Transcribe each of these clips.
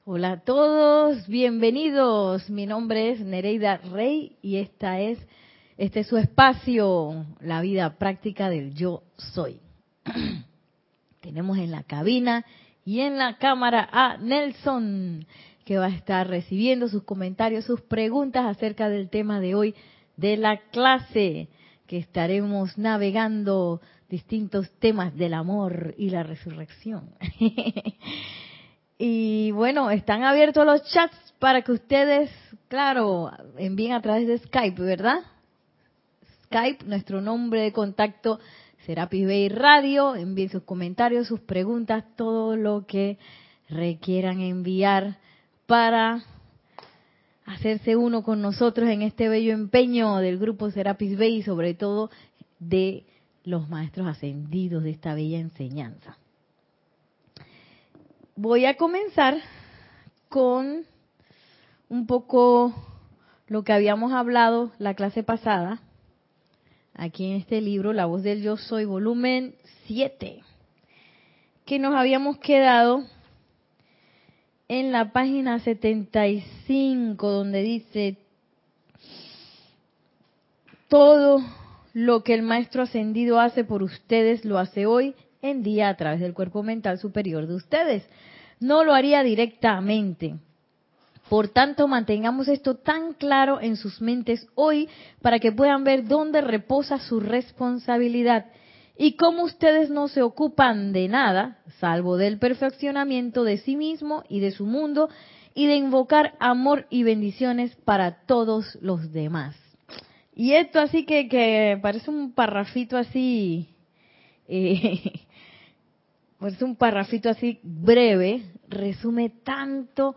Hola a todos, bienvenidos. Mi nombre es Nereida Rey y este es su espacio, la vida práctica del yo soy. Tenemos en la cabina y en la cámara a Nelson, que va a estar recibiendo sus comentarios, sus preguntas acerca del tema de hoy de la clase, que estaremos navegando distintos temas del amor y la resurrección. Y bueno, están abiertos los chats para que ustedes, claro, envíen a través de Skype, ¿verdad? Skype, nuestro nombre de contacto, Serapis Bay Radio. Envíen sus comentarios, sus preguntas, todo lo que requieran enviar para hacerse uno con nosotros en este bello empeño del grupo Serapis Bay y sobre todo de los maestros ascendidos de esta bella enseñanza. Voy a comenzar con un poco lo que habíamos hablado la clase pasada, aquí en este libro, La Voz del Yo Soy, volumen 7, que nos habíamos quedado en la página 75, donde dice: todo lo que el Maestro Ascendido hace por ustedes, lo hace hoy en día a través del cuerpo mental superior de ustedes. No lo haría directamente. Por tanto, mantengamos esto tan claro en sus mentes hoy para que puedan ver dónde reposa su responsabilidad y cómo ustedes no se ocupan de nada, salvo del perfeccionamiento de sí mismo y de su mundo y de invocar amor y bendiciones para todos los demás. Y esto así que parece un parrafito así, parece un parrafito así breve, resume tanto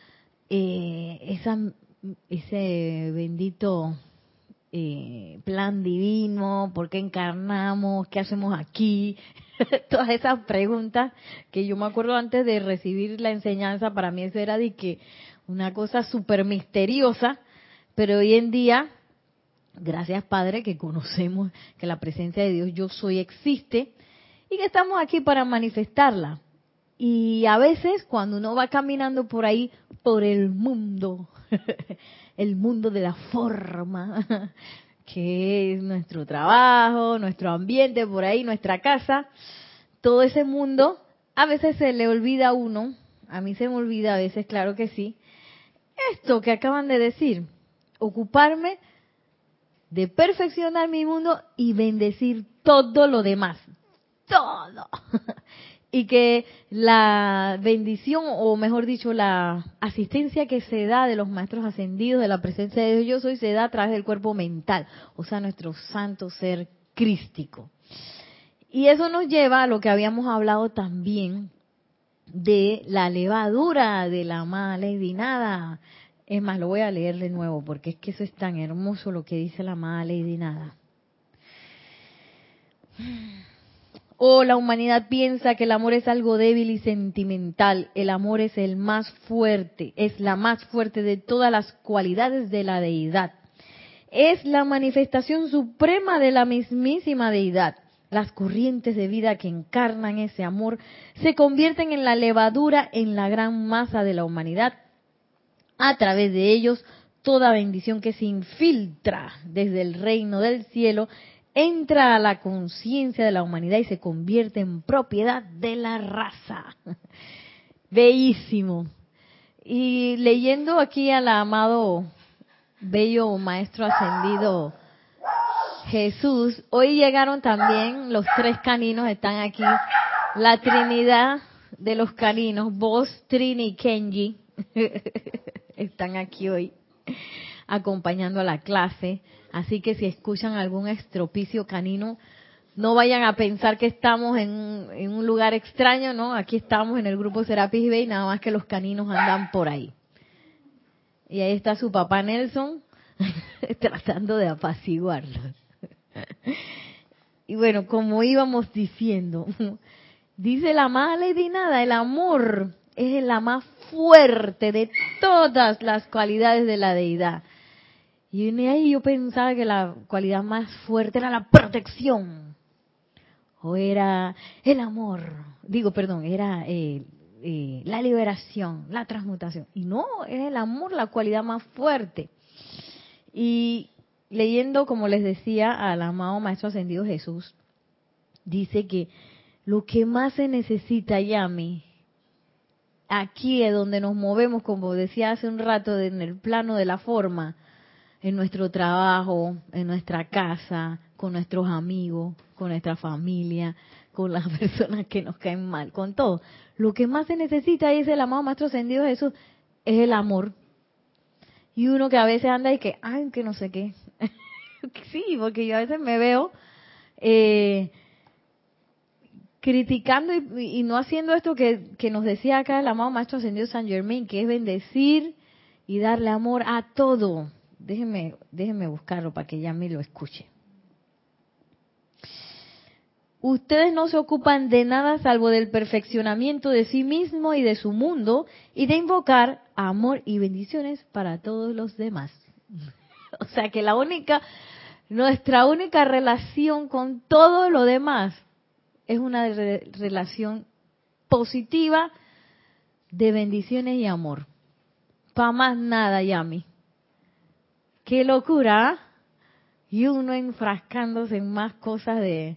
ese bendito plan divino, por qué encarnamos, qué hacemos aquí, todas esas preguntas que yo me acuerdo antes de recibir la enseñanza, para mí eso era de que una cosa súper misteriosa, pero hoy en día, gracias Padre, que conocemos que la presencia de Dios Yo Soy existe y que estamos aquí para manifestarla. Y a veces cuando uno va caminando por ahí, por el mundo, el mundo de la forma, que es nuestro trabajo, nuestro ambiente, por ahí, nuestra casa, todo ese mundo, a veces se le olvida a uno, a mí se me olvida a veces, claro que sí, esto que acaban de decir, ocuparme de perfeccionar mi mundo y bendecir todo lo demás, todo. Y que la bendición, o mejor dicho, la asistencia que se da de los maestros ascendidos, de la presencia de Dios Yo Soy, se da a través del cuerpo mental, o sea, nuestro santo ser crístico. Y eso nos lleva a lo que habíamos hablado también de la levadura de la amada Lady Nada. Es más, lo voy a leer de nuevo porque es que eso es tan hermoso lo que dice la amada Lady Nada. O la humanidad piensa que el amor es algo débil y sentimental. El amor es el más fuerte, es la más fuerte de todas las cualidades de la deidad. Es la manifestación suprema de la mismísima deidad. Las corrientes de vida que encarnan ese amor se convierten en la levadura en la gran masa de la humanidad. A través de ellos, toda bendición que se infiltra desde el reino del cielo entra a la conciencia de la humanidad y se convierte en propiedad de la raza. Bellísimo. Y leyendo aquí al amado bello maestro ascendido Jesús, hoy llegaron también los tres caninos, están aquí, la Trinidad de los caninos, Vos, Trini y Kenji, están aquí hoy acompañando a la clase. Así que si escuchan algún estropicio canino, no vayan a pensar que estamos en un lugar extraño, ¿no? Aquí estamos en el grupo Serapis Bay, nada más que los caninos andan por ahí. Y ahí está su papá Nelson, tratando de apaciguarlos. Y bueno, como íbamos diciendo, dice la amada Lady Nada, el amor es la más fuerte de todas las cualidades de la deidad. Y ahí yo pensaba que la cualidad más fuerte era la protección. O era el amor. Digo, perdón, era la liberación, la transmutación. Y no, es el amor la cualidad más fuerte. Y leyendo, como les decía, al amado Maestro Ascendido Jesús, dice que lo que más se necesita, Yami, aquí es donde nos movemos, como decía hace un rato, en el plano de la forma, en nuestro trabajo, en nuestra casa, con nuestros amigos, con nuestra familia, con las personas que nos caen mal, con todo. Lo que más se necesita, dice el amado Maestro Ascendido Jesús, es el amor. Y uno que a veces anda y que, ay, que no sé qué. Sí, porque yo a veces me veo criticando y no haciendo esto que nos decía acá el amado Maestro Ascendido Saint Germain, que es bendecir y darle amor a todo. Déjenme buscarlo para que ya me lo escuche. Ustedes no se ocupan de nada salvo del perfeccionamiento de sí mismo y de su mundo y de invocar amor y bendiciones para todos los demás. O sea que nuestra única relación con todo lo demás es una relación positiva de bendiciones y amor. Pa' más nada, Yami. ¡Qué locura! Y uno enfrascándose en más cosas de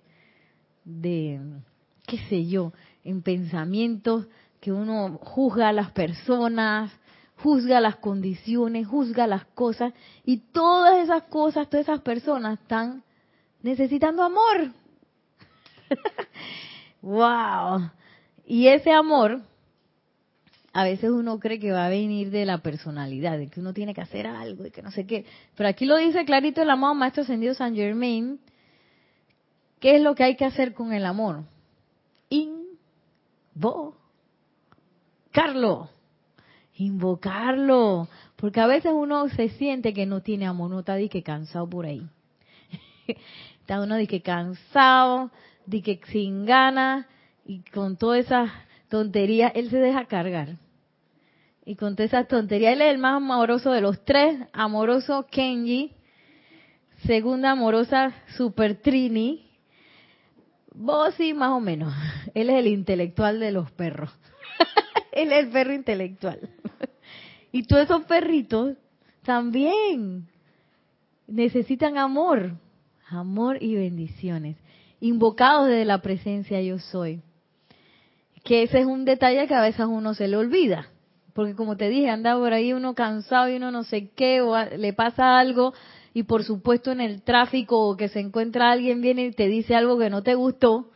qué sé yo, en pensamientos que uno juzga a las personas, juzga las condiciones, juzga las cosas, y todas esas cosas, todas esas personas están necesitando amor. ¡Wow! Y ese amor, a veces uno cree que va a venir de la personalidad, de que uno tiene que hacer algo y que no sé qué. Pero aquí lo dice clarito el amado Maestro Ascendido Saint Germain. ¿Qué es lo que hay que hacer con el amor? Invocarlo. Porque a veces uno se siente que no tiene amor, no está de que cansado por ahí. Está uno de que cansado, de que sin ganas, y con todas esas tonterías, él se deja cargar. Y con todas esas tonterías, él es el más amoroso de los tres, amoroso Kenji, segunda amorosa Super Trini, vos sí, más o menos. Él es el intelectual de los perros. Él es el perro intelectual. Y todos esos perritos también necesitan amor. Amor y bendiciones. Invocados desde la presencia yo soy. Que ese es un detalle que a veces a uno se le olvida. Porque como te dije, anda por ahí uno cansado y uno no sé qué, o le pasa algo, y por supuesto en el tráfico o que se encuentra alguien viene y te dice algo que no te gustó,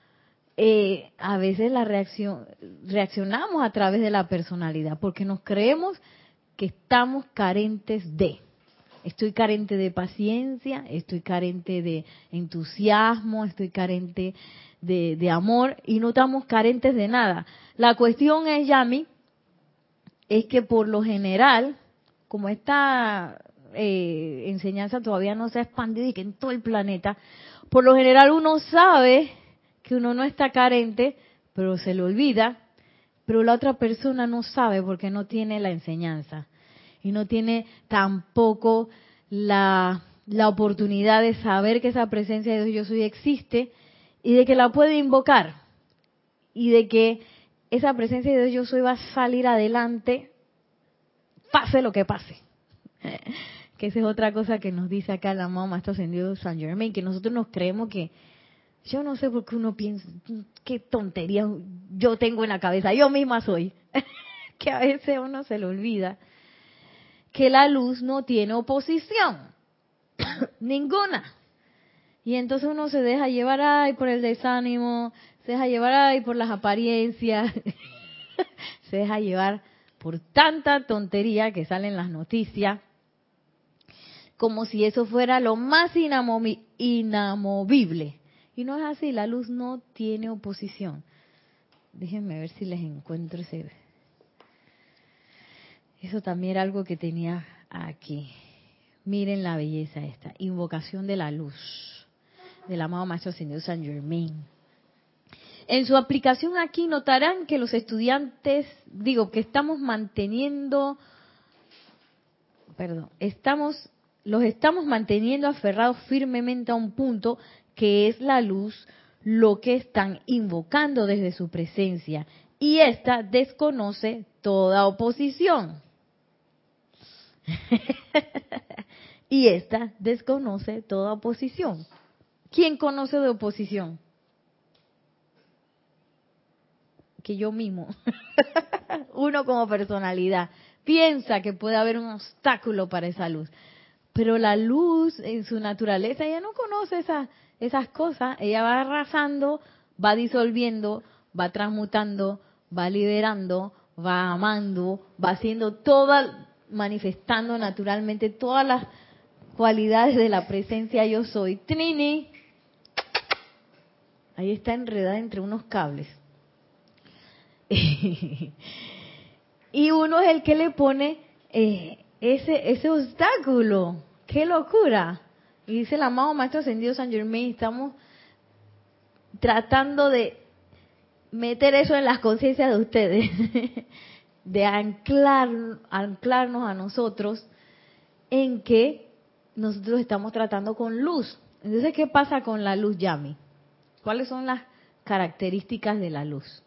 a veces reaccionamos a través de la personalidad, porque nos creemos que estamos carentes de. Estoy carente de paciencia, estoy carente de entusiasmo, estoy carente de amor, y no estamos carentes de nada. La cuestión es, Yami, es que por lo general, como esta enseñanza todavía no se ha expandido y que en todo el planeta, por lo general uno sabe que uno no está carente, pero se le olvida, pero la otra persona no sabe porque no tiene la enseñanza y no tiene tampoco la oportunidad de saber que esa presencia de Dios yo soy existe y de que la puede invocar y de que esa presencia de Dios yo soy va a salir adelante, pase lo que pase. Que esa es otra cosa que nos dice acá el amado Maestro Ascendido Saint Germain, que nosotros nos creemos que, yo no sé por qué uno piensa, qué tontería yo tengo en la cabeza, yo misma soy, que a veces uno se le olvida que la luz no tiene oposición, ninguna. Y entonces uno se deja llevar ay por el desánimo, se deja llevar ay por las apariencias, se deja llevar por tanta tontería que sale en las noticias, como si eso fuera lo más inamovible. Y no es así, la luz no tiene oposición. Déjenme ver si les encuentro ese. Eso también era algo que tenía aquí. Miren la belleza esta. Invocación de la luz del amado Maestro Ascendido Saint Germain. En su aplicación aquí notarán que los estudiantes, que estamos manteniendo, los estamos manteniendo aferrados firmemente a un punto que es la luz, lo que están invocando desde su presencia. y esta desconoce toda oposición. Y esta desconoce toda oposición. ¿Quién conoce de oposición? Que yo mismo. Uno como personalidad piensa que puede haber un obstáculo para esa luz. Pero la luz en su naturaleza, ella no conoce esas cosas. Ella va arrasando, va disolviendo, va transmutando, va liberando, va amando, va haciendo toda, manifestando naturalmente todas las cualidades de la presencia yo soy. Trini, ahí está enredada entre unos cables. Y uno es el que le pone ese obstáculo. ¡Qué locura! Y dice el amado Maestro Ascendido Saint Germain, estamos tratando de meter eso en las conciencias de ustedes, de anclarnos a nosotros en que nosotros estamos tratando con luz. Entonces, ¿qué pasa con la luz, Yami? ¿Cuáles son las características de la luz?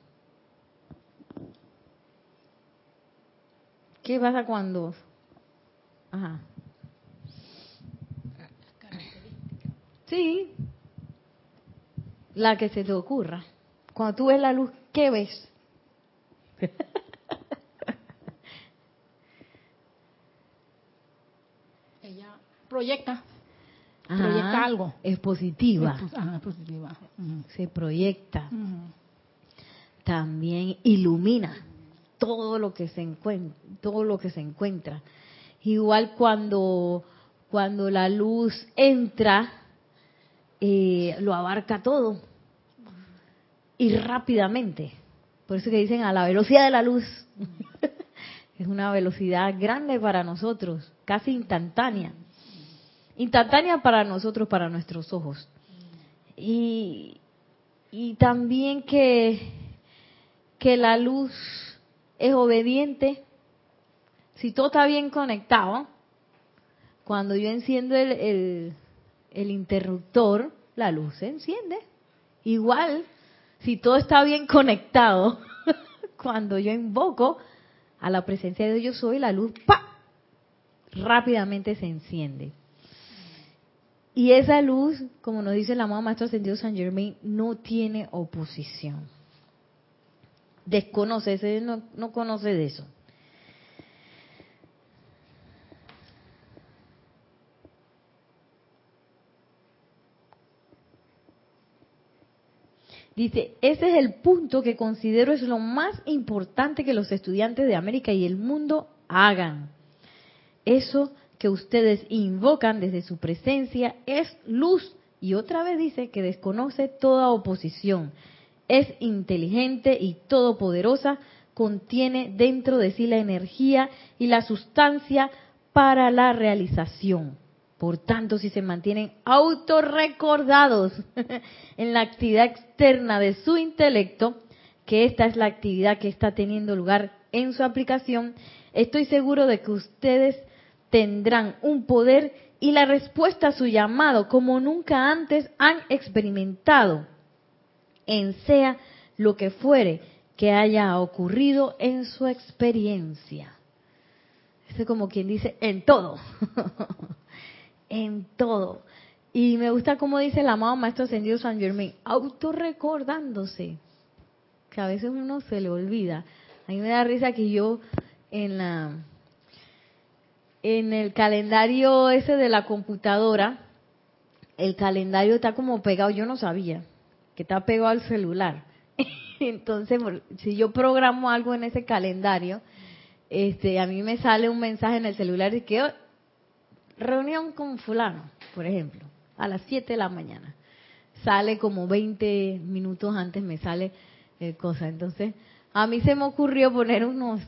¿Qué pasa cuando? Ajá. Sí, la que se te ocurra. Cuando tú ves la luz, ¿qué ves? Ella proyecta. Ajá, Proyecta algo. es positiva. Es positiva. Se proyecta. Uh-huh. También ilumina todo lo que se encuentra, todo lo que se encuentra. Igual cuando la luz entra, lo abarca todo y rápidamente. Por eso que dicen a la velocidad de la luz. Es una velocidad grande para nosotros, casi instantánea. Instantánea para nosotros, para nuestros ojos. Y también que la luz es obediente. Si todo está bien conectado, cuando yo enciendo el interruptor, la luz se enciende. Igual, si todo está bien conectado, cuando yo invoco a la presencia de Dios, yo soy, la luz, ¡pa!, rápidamente se enciende. Y esa luz, como nos dice el amado Maestro Ascendido Saint Germain, no tiene oposición. Desconoce, ese no conoce de eso. Dice, ese es el punto que considero es lo más importante que los estudiantes de América y el mundo hagan. Eso que ustedes invocan desde su presencia es luz. Y otra vez dice que desconoce toda oposición. Es inteligente y todopoderosa, contiene dentro de sí la energía y la sustancia para la realización. Por tanto, si se mantienen autorrecordados en la actividad externa de su intelecto, que esta es la actividad que está teniendo lugar en su aplicación, estoy seguro de que ustedes tendrán un poder y la respuesta a su llamado como nunca antes han experimentado, en sea lo que fuere que haya ocurrido en su experiencia. Es como quien dice, en todo. En todo. Y me gusta como dice el amado Maestro Ascendido Saint Germain, autorrecordándose, que a veces uno se le olvida. A mí me da risa que yo en el calendario ese de la computadora, el calendario está como pegado, yo no sabía que está pegado al celular. Entonces, si yo programo algo en ese calendario, a mí me sale un mensaje en el celular de que reunión con fulano, por ejemplo, a las 7 de la mañana. Sale como 20 minutos antes, me sale cosa. Entonces, a mí se me ocurrió poner unas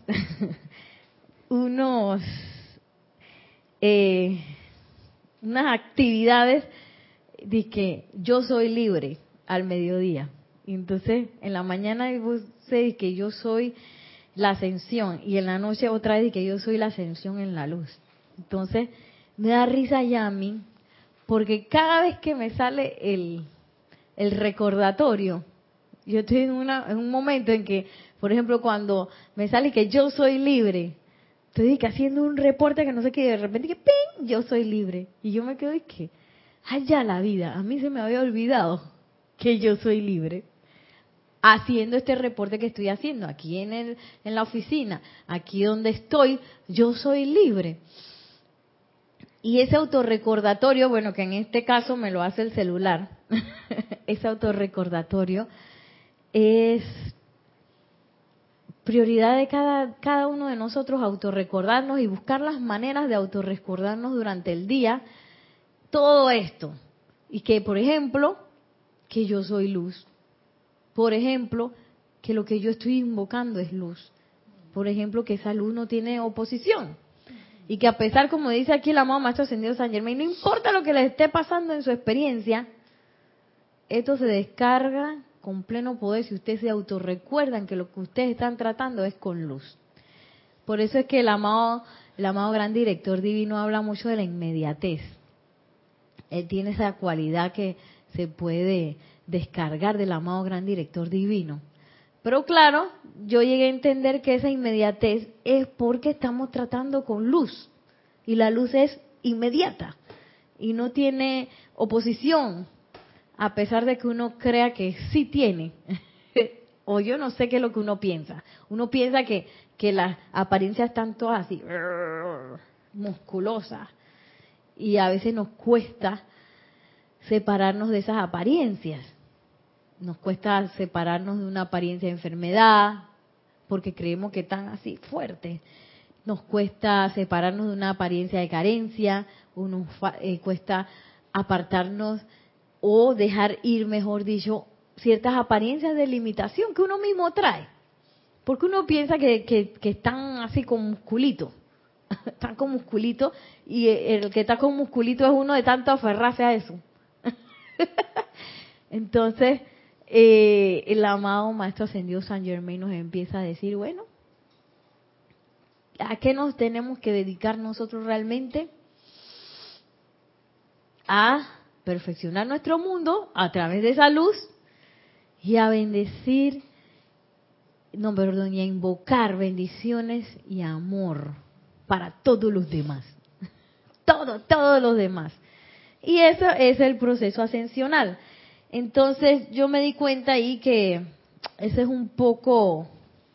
actividades de que yo soy libre al mediodía. Y entonces, en la mañana sé que yo soy la ascensión y en la noche otra vez que yo soy la ascensión en la luz. Entonces, me da risa ya a mí, porque cada vez que me sale el recordatorio, Yo estoy en un momento en que, por ejemplo, cuando me sale que yo soy libre, estoy haciendo un reporte que no sé qué, de repente que ¡ping! Yo soy libre. Y yo me quedo y que, ¡ay, ya la vida! A mí se me había olvidado que yo soy libre. Haciendo este reporte que estoy haciendo, aquí en la oficina, aquí donde estoy, yo soy libre. Y ese autorrecordatorio, bueno, que en este caso me lo hace el celular, ese autorrecordatorio es prioridad de cada uno de nosotros autorrecordarnos y buscar las maneras de autorrecordarnos durante el día todo esto. Y que, por ejemplo, que yo soy luz. Por ejemplo, que lo que yo estoy invocando es luz. Por ejemplo, que esa luz no tiene oposición. Y que a pesar, como dice aquí el amado Maestro Ascendido San Germain, no importa lo que les esté pasando en su experiencia, esto se descarga con pleno poder si ustedes se autorrecuerdan que lo que ustedes están tratando es con luz. Por eso es que el amado Gran Director Divino habla mucho de la inmediatez. Él tiene esa cualidad que se puede descargar del amado Gran Director Divino. Pero claro, yo llegué a entender que esa inmediatez es porque estamos tratando con luz. Y la luz es inmediata. Y no tiene oposición. A pesar de que uno crea que sí tiene. O yo no sé qué es lo que uno piensa. Uno piensa que las apariencias están todas así, musculosas. Y a veces nos cuesta separarnos de esas apariencias. Nos cuesta separarnos de una apariencia de enfermedad, porque creemos que están así fuertes. Nos cuesta separarnos de una apariencia de carencia, o nos cuesta apartarnos o dejar ir, mejor dicho, ciertas apariencias de limitación que uno mismo trae. Porque uno piensa que están así con musculito. Están con musculito y el que está con musculito es uno de tanto aferrarse a eso. Entonces, el amado Maestro Ascendido San Germain nos empieza a decir, bueno, ¿a qué nos tenemos que dedicar nosotros realmente? A perfeccionar nuestro mundo a través de esa luz y a bendecir, no, perdón, y a invocar bendiciones y amor para todos los demás. Todos los demás. Y eso es el proceso ascensional. Entonces yo me di cuenta ahí que ese es un poco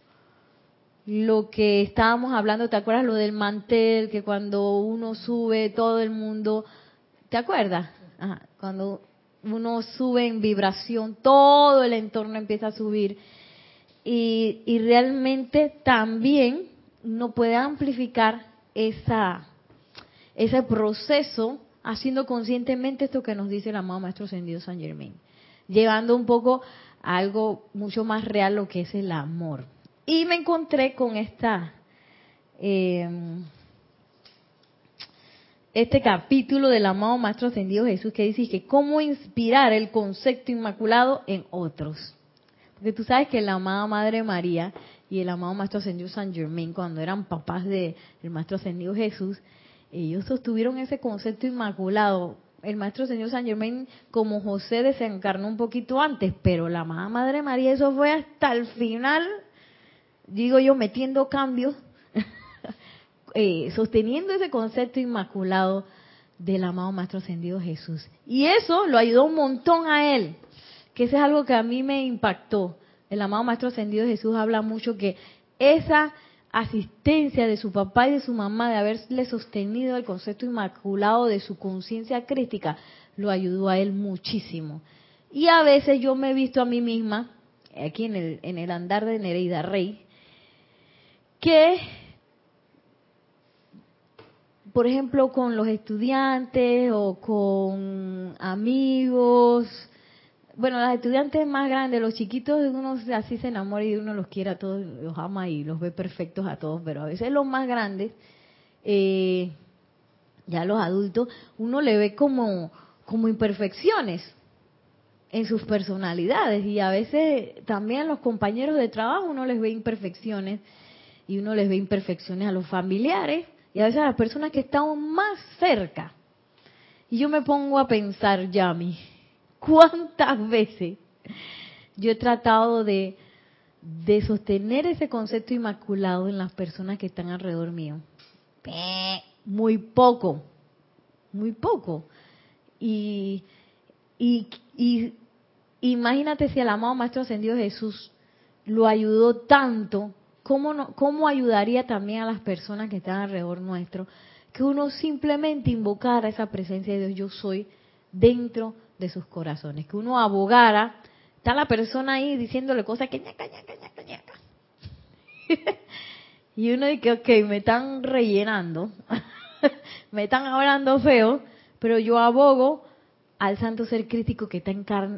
lo que estábamos hablando. ¿Te acuerdas lo del mantel? Que cuando uno sube todo el mundo, ¿te acuerdas? Ajá, cuando uno sube en vibración, todo el entorno empieza a subir. Y realmente también uno puede amplificar ese proceso haciendo conscientemente esto que nos dice el amado Maestro Ascendido San Germain, llevando un poco a algo mucho más real, lo que es el amor. Y me encontré con este capítulo del amado Maestro Ascendido Jesús, que dice que cómo inspirar el concepto inmaculado en otros. Porque tú sabes que la amada Madre María y el amado Maestro Ascendido San Germain, cuando eran papás del Maestro Ascendido Jesús, ellos sostuvieron ese concepto inmaculado. El Maestro Ascendido San Germain, como José, desencarnó un poquito antes, pero la amada Madre María, eso fue hasta el final, digo yo, metiendo cambios, sosteniendo ese concepto inmaculado del amado Maestro Ascendido Jesús. Y eso lo ayudó un montón a él, que eso es algo que a mí me impactó. El amado Maestro Ascendido Jesús habla mucho que esa asistencia de su papá y de su mamá, de haberle sostenido el concepto inmaculado de su conciencia crítica, lo ayudó a él muchísimo. Y a veces yo me he visto a mí misma, aquí en el andar de Nereida Rey, que, por ejemplo, con los estudiantes o con amigos, bueno, los estudiantes más grandes, los chiquitos, uno así se enamora y uno los quiere a todos, los ama y los ve perfectos a todos, pero a veces los más grandes, ya los adultos, uno le ve como imperfecciones en sus personalidades, y a veces también los compañeros de trabajo uno les ve imperfecciones, y uno les ve imperfecciones a los familiares y a veces a las personas que están más cerca. Y yo me pongo a pensar, Yami, ¿cuántas veces yo he tratado de sostener ese concepto inmaculado en las personas que están alrededor mío. Muy poco, muy poco. Y imagínate si el amado Maestro Ascendido Jesús lo ayudó tanto, ¿cómo ayudaría también a las personas que están alrededor nuestro? Que uno simplemente invocara esa presencia de Dios yo soy dentro de sus corazones, que uno abogara, está la persona ahí diciéndole cosas que ñaca, ñaca, ñaca, ñaca. Y uno dice, ok, me están rellenando, me están hablando feo, pero yo abogo al santo ser crístico que está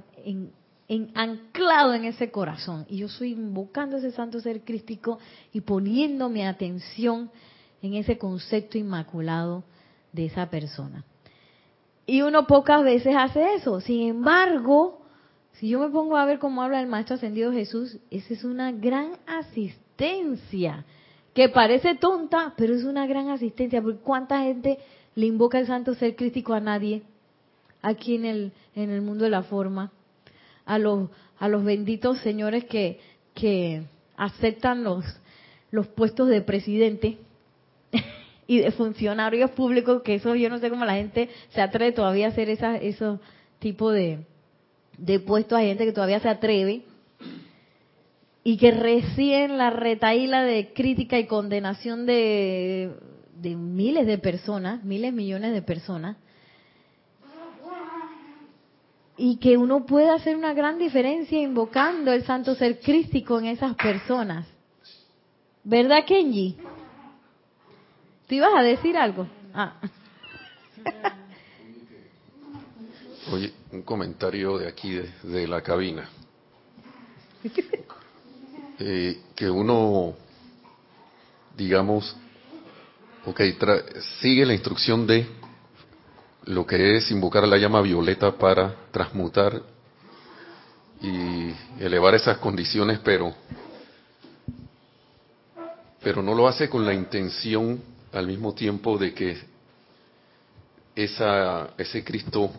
anclado en ese corazón. Y yo estoy invocando ese santo ser crístico y poniendo mi atención en ese concepto inmaculado de esa persona. Y uno pocas veces hace eso. Sin embargo, si yo me pongo a ver cómo habla el Maestro Ascendido Jesús, esa es una gran asistencia, que parece tonta, pero es una gran asistencia, porque ¿cuánta gente le invoca el santo ser crístico a nadie aquí en el mundo de la forma? A los benditos señores que aceptan los puestos de presidente y de funcionarios públicos, que eso yo no sé cómo la gente se atreve todavía a hacer esos tipos de puestos. Hay gente que todavía se atreve y que reciben la retahíla de crítica y condenación de miles de personas, miles, millones de personas, y que uno puede hacer una gran diferencia invocando el santo ser crístico en esas personas. ¿Verdad, Kenji? ¿Tú ibas a decir algo? Oye, un comentario de aquí, de la cabina. Que uno, digamos, sigue la instrucción de lo que es invocar a la llama violeta para transmutar y elevar esas condiciones, pero no lo hace con la intención al mismo tiempo de que ese Cristo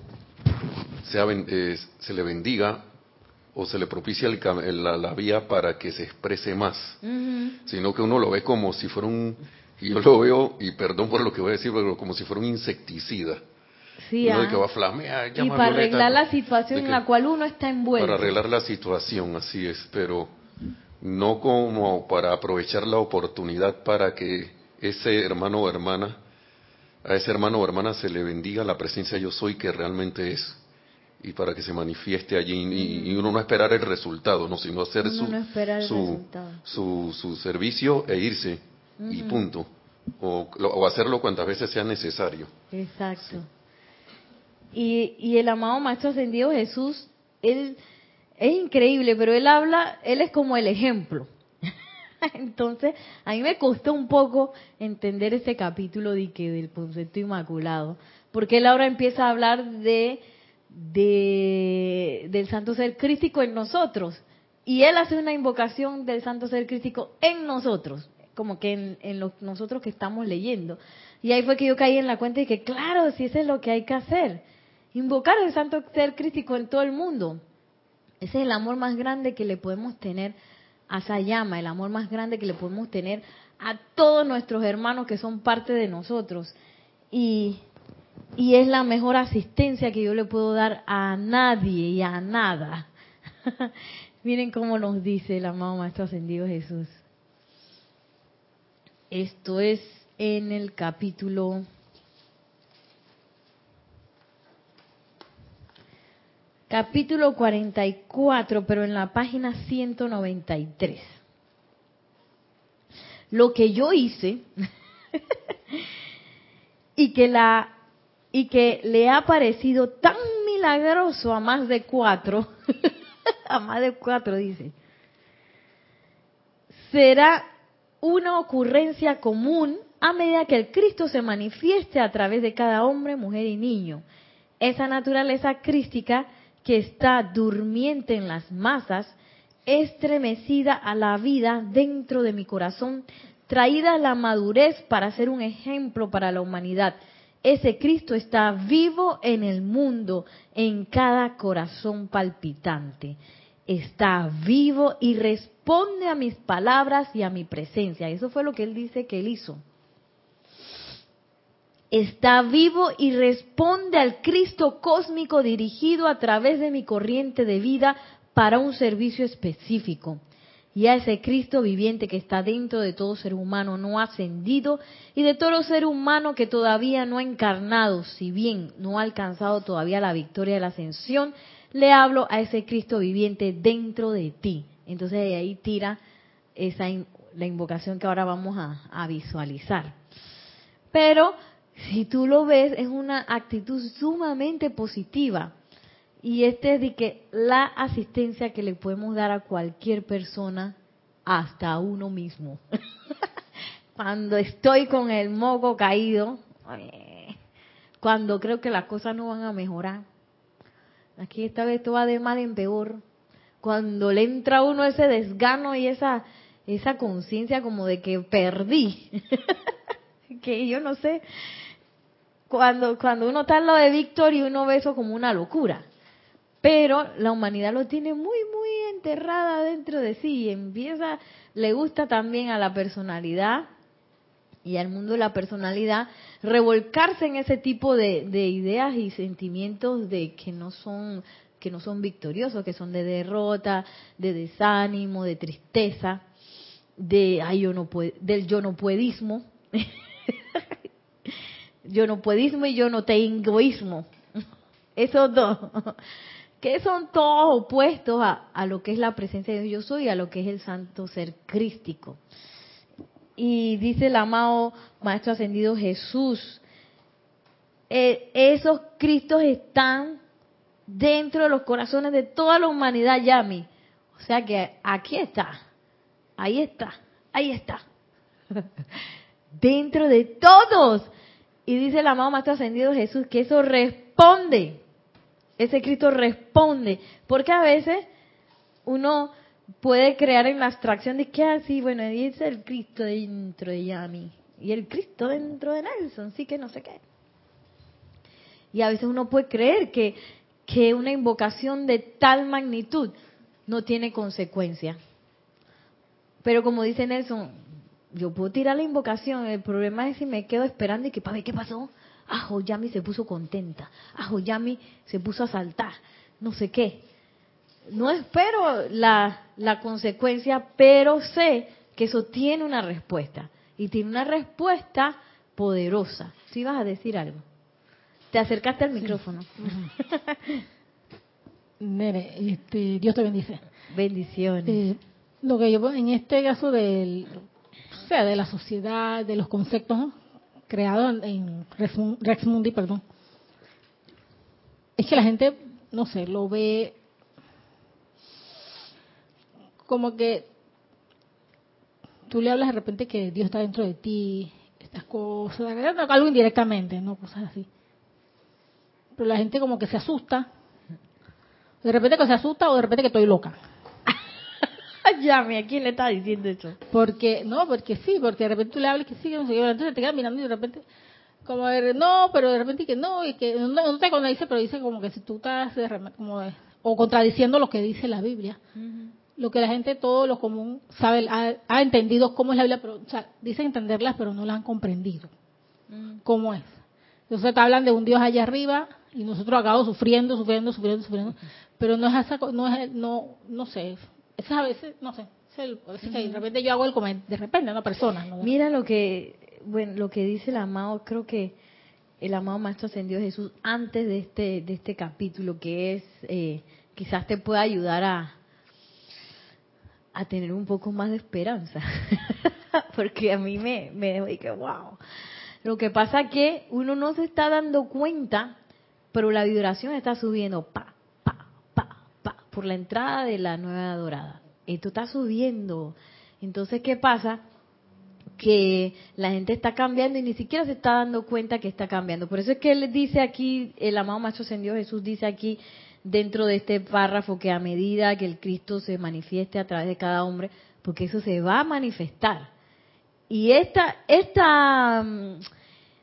se le bendiga o se le propicia la vía para que se exprese más, sino que uno lo ve como si fuera y yo lo veo, y perdón por lo que voy a decir, pero como si fuera un insecticida. Sí, uno de que va a flamear, y para arreglar la situación en la cual uno está envuelto. Para arreglar la situación, así es, pero no como para aprovechar la oportunidad para que ese hermano o hermana, a ese hermano o hermana se le bendiga la presencia yo soy que realmente es, y para que se manifieste allí, y uno no esperar el resultado, no, sino hacer su servicio e irse, y punto, o hacerlo cuantas veces sea necesario. Exacto. Sí. Y el amado Maestro Ascendido Jesús, él es increíble, pero él es como el ejemplo. Entonces, a mí me costó un poco entender ese capítulo del concepto inmaculado, porque él ahora empieza a hablar del santo ser crístico en nosotros, y él hace una invocación del santo ser crístico en nosotros, como que nosotros que estamos leyendo. Y ahí fue que yo caí en la cuenta de que, claro, si eso es lo que hay que hacer, invocar el santo ser crístico en todo el mundo. Ese es el amor más grande que le podemos tener a esa llama, el amor más grande que le podemos tener a todos nuestros hermanos que son parte de nosotros. Y es la mejor asistencia que yo le puedo dar a nadie y a nada. Miren cómo nos dice el amado Maestro Ascendido Jesús. Esto es en el capítulo 44, pero en la página 193. Lo que yo hice y que le ha parecido tan milagroso a más de 4, a más de 4 dice, será una ocurrencia común a medida que el Cristo se manifieste a través de cada hombre, mujer y niño. Esa naturaleza crística que está durmiente en las masas, estremecida a la vida dentro de mi corazón, traída a la madurez para ser un ejemplo para la humanidad. Ese Cristo está vivo en el mundo, en cada corazón palpitante. está vivo y responde a mis palabras y a mi presencia. Eso fue lo que él dice que él hizo. Está vivo y responde al Cristo cósmico dirigido a través de mi corriente de vida para un servicio específico. Y a ese Cristo viviente que está dentro de todo ser humano no ascendido y de todo ser humano que todavía no ha encarnado, si bien no ha alcanzado todavía la victoria de la ascensión, le hablo a ese Cristo viviente dentro de ti. Entonces de ahí tira la invocación que ahora vamos a visualizar. Pero si tú lo ves, es una actitud sumamente positiva. Y es de que la asistencia que le podemos dar a cualquier persona, hasta a uno mismo. Cuando estoy con el moco caído, cuando creo que las cosas no van a mejorar. Aquí esta vez esto va de mal en peor. Cuando le entra a uno ese desgano y esa conciencia como de que perdí. Que yo no sé. Cuando uno está en lo de Víctor y uno ve eso como una locura. Pero la humanidad lo tiene muy, muy enterrada dentro de sí y le gusta también a la personalidad y al mundo de la personalidad revolcarse en ese tipo de ideas y sentimientos de que no son victoriosos, que son de derrota, de desánimo, de tristeza, del yo no puedismo. Yo no puedismo y yo no tengoísmo. Esos dos. Que son todos opuestos a lo que es la presencia de Dios yo soy, a lo que es el santo ser crístico. Y dice el amado Maestro Ascendido Jesús, esos Cristos están dentro de los corazones de toda la humanidad, Yami. O sea que aquí está, ahí está, ahí está. Dentro de todos. Y dice el amado Maestro Ascendido Jesús que eso responde. Ese Cristo responde, porque a veces uno puede crear en la abstracción de que así, bueno, y es el Cristo dentro de Yami, y el Cristo dentro de Nelson, sí que no sé qué. Y a veces uno puede creer que una invocación de tal magnitud no tiene consecuencia. Pero como dice Nelson, yo puedo tirar la invocación, el problema es si me quedo esperando y que, para ver qué pasó. Yami se puso contenta. Yami se puso a saltar. No sé qué. No espero la consecuencia, pero sé que eso tiene una respuesta. Y tiene una respuesta poderosa. ¿Sí vas a decir algo? Te acercaste al micrófono. Nere, Dios te bendice. Bendiciones. Lo que yo en este caso de la sociedad, de los conceptos, ¿no?, creado en Rex Mundi, perdón, es que la gente, no sé, lo ve como que tú le hablas de repente que Dios está dentro de ti, estas cosas, algo indirectamente, no cosas así. Pero la gente como que se asusta, de repente que se asusta o de repente que estoy loca. Llame, ¿a quién le está diciendo eso? Porque de repente tú le hablas que sí, que no sé qué, entonces te quedas mirando y de repente como no, pero de repente que no, y que no te contradice, pero dice como que si tú estás o contradiciendo lo que dice la Biblia. Lo que la gente, todo lo común, sabe, ha entendido cómo es la Biblia, pero, o sea, dicen entenderlas, pero no la han comprendido. ¿Cómo es? Entonces te hablan de un Dios allá arriba y nosotros acabamos sufriendo, pero no es esa, no sé, esas a veces, no sé, a veces que de repente yo hago el comentario, de repente, no personas. ¿No? Mira lo que dice el amado, creo que el amado Maestro Ascendido Jesús antes de este capítulo, que es, quizás te pueda ayudar a tener un poco más de esperanza. Porque a mí me dejó y que wow. Lo que pasa es que uno no se está dando cuenta, pero la vibración está subiendo por la entrada de la nueva dorada. Esto está subiendo. Entonces, ¿qué pasa? Que la gente está cambiando y ni siquiera se está dando cuenta que está cambiando. Por eso es que él dice aquí, el amado Maestro Ascendido Jesús dice aquí, dentro de este párrafo, que a medida que el Cristo se manifieste a través de cada hombre, porque eso se va a manifestar. Y esta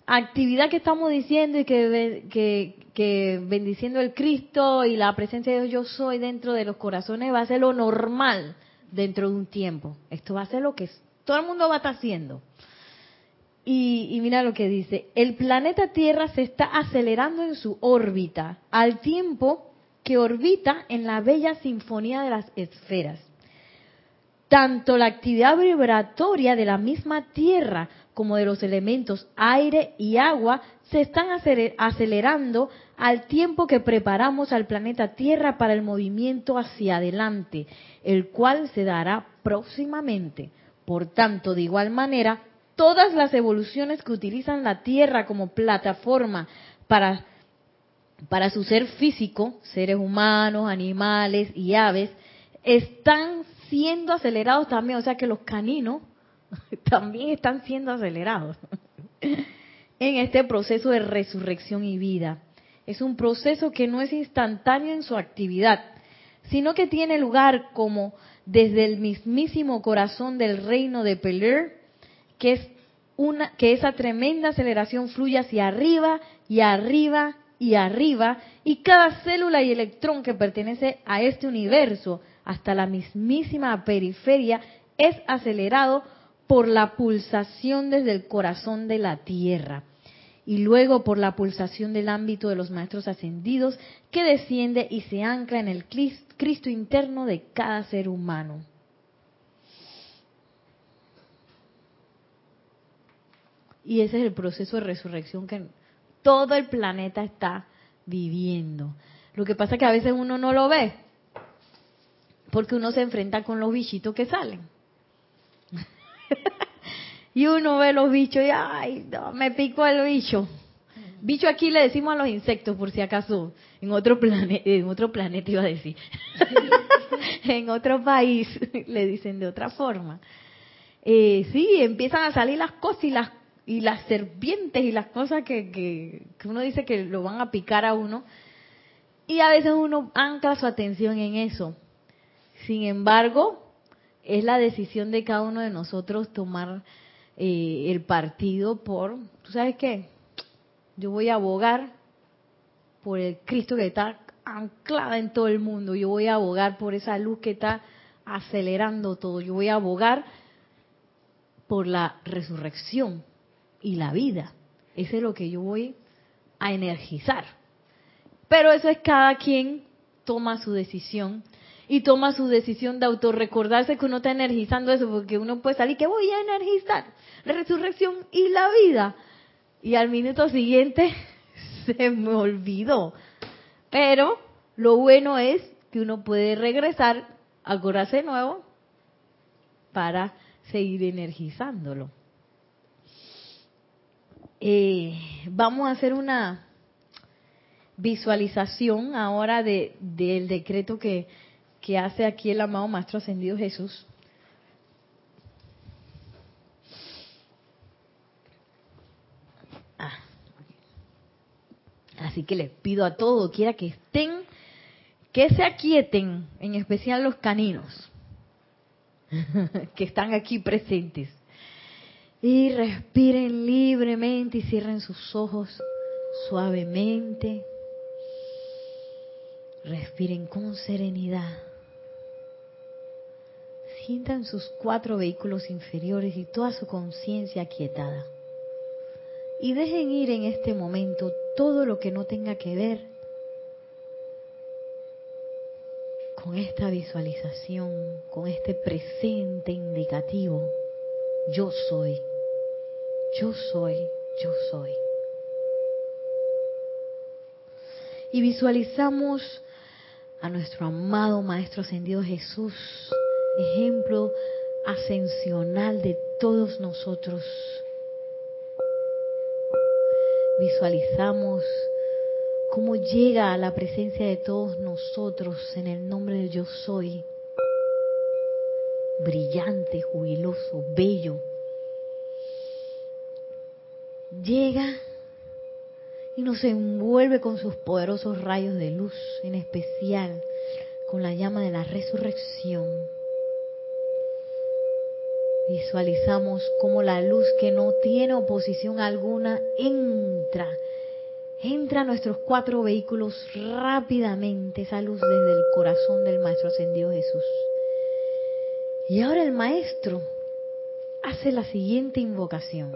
actividad que estamos diciendo y que bendiciendo el Cristo y la presencia de Dios yo soy dentro de los corazones va a ser lo normal dentro de un tiempo. Esto va a ser lo que todo el mundo va a estar haciendo. Y mira lo que dice, el planeta Tierra se está acelerando en su órbita, al tiempo que orbita en la bella sinfonía de las esferas. Tanto la actividad vibratoria de la misma Tierra como de los elementos aire y agua se están acelerando al tiempo que preparamos al planeta Tierra para el movimiento hacia adelante, el cual se dará próximamente. Por tanto, de igual manera, todas las evoluciones que utilizan la Tierra como plataforma para su ser físico, seres humanos, animales y aves, están siendo acelerados también, o sea que los caninos también están siendo acelerados en este proceso de resurrección y vida. Es un proceso que no es instantáneo en su actividad, sino que tiene lugar como desde el mismísimo corazón del reino de Pelur, que esa tremenda aceleración fluye hacia arriba y arriba y arriba, y cada célula y electrón que pertenece a este universo, hasta la mismísima periferia, es acelerado por la pulsación desde el corazón de la Tierra, y luego por la pulsación del ámbito de los maestros ascendidos, que desciende y se ancla en el Cristo interno de cada ser humano. Y ese es el proceso de resurrección que todo el planeta está viviendo. Lo que pasa es que a veces uno no lo ve, porque uno se enfrenta con los bichitos que salen. Y uno ve los bichos y ¡ay, no, me picó el bicho! Bicho aquí le decimos a los insectos, por si acaso, en otro planeta iba a decir. En otro país le dicen de otra forma. Sí, empiezan a salir las cosas y las serpientes y las cosas que uno dice que lo van a picar a uno. Y a veces uno ancla su atención en eso. Sin embargo, es la decisión de cada uno de nosotros tomar el partido por, ¿tú sabes qué? Yo voy a abogar por el Cristo que está anclada en todo el mundo. Yo voy a abogar por esa luz que está acelerando todo. Yo voy a abogar por la resurrección y la vida. Eso es lo que yo voy a energizar. Pero eso es cada quien toma su decisión y toma su decisión de autorrecordarse que uno está energizando eso, porque uno puede salir que voy a energizar la resurrección y la vida, y al minuto siguiente se me olvidó. Pero lo bueno es que uno puede regresar, acordarse de nuevo para seguir energizándolo. Vamos a hacer una visualización ahora del decreto que hace aquí el amado Maestro Ascendido Jesús. Así que les pido a todos, quiera que estén, que se aquieten, en especial los caninos que están aquí presentes. Y respiren libremente y cierren sus ojos suavemente. Respiren con serenidad. Sientan sus 4 vehículos inferiores y toda su conciencia aquietada. Y dejen ir en este momento todo lo que no tenga que ver con esta visualización, con este presente indicativo. Yo soy, yo soy, yo soy. Y visualizamos a nuestro amado Maestro Ascendido Jesús, ejemplo ascensional de todos nosotros. Visualizamos cómo llega a la presencia de todos nosotros en el nombre del Yo Soy, brillante, jubiloso, bello. Llega y nos envuelve con sus poderosos rayos de luz, en especial con la llama de la resurrección. Visualizamos cómo la luz que no tiene oposición alguna entra a nuestros 4 vehículos rápidamente, esa luz desde el corazón del Maestro Ascendido Jesús. Y ahora el Maestro hace la siguiente invocación.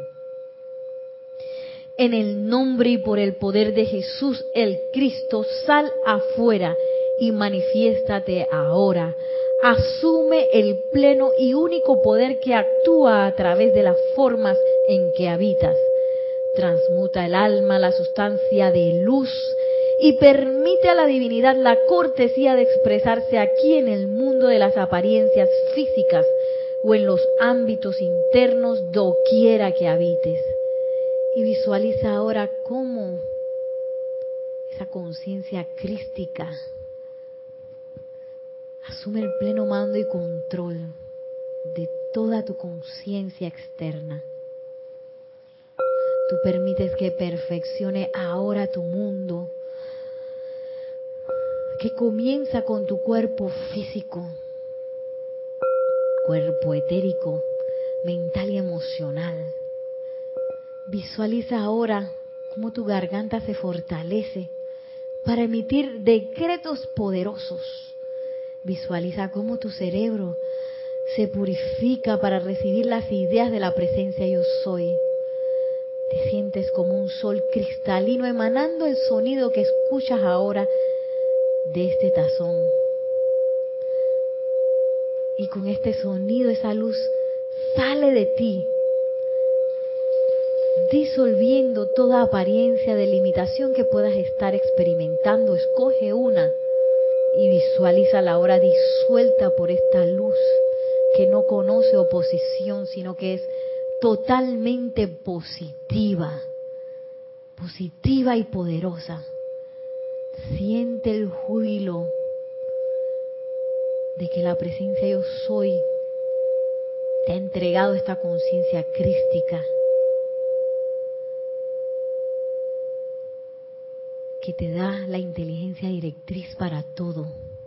En el nombre y por el poder de Jesús el Cristo, sal afuera y manifiéstate ahora. Asume el pleno y único poder que actúa a través de las formas en que habitas. Transmuta el alma, la sustancia de luz, y permite a la divinidad la cortesía de expresarse aquí en el mundo de las apariencias físicas o en los ámbitos internos doquiera que habites. Y visualiza ahora cómo esa conciencia crística asume el pleno mando y control de toda tu conciencia externa. Tú permites que perfeccione ahora tu mundo, que comienza con tu cuerpo físico, cuerpo etérico, mental y emocional. Visualiza ahora cómo tu garganta se fortalece para emitir decretos poderosos. Visualiza cómo tu cerebro se purifica para recibir las ideas de la presencia yo soy. Te sientes como un sol cristalino emanando el sonido que escuchas ahora de este tazón. Y con este sonido, esa luz sale de ti, disolviendo toda apariencia de limitación que puedas estar experimentando. Escoge una y visualízala ahora disuelta por esta luz que no conoce oposición, sino que es totalmente positiva, positiva y poderosa. Siente el júbilo de que la presencia yo soy te ha entregado esta conciencia crística que te da la inteligencia directriz para todo,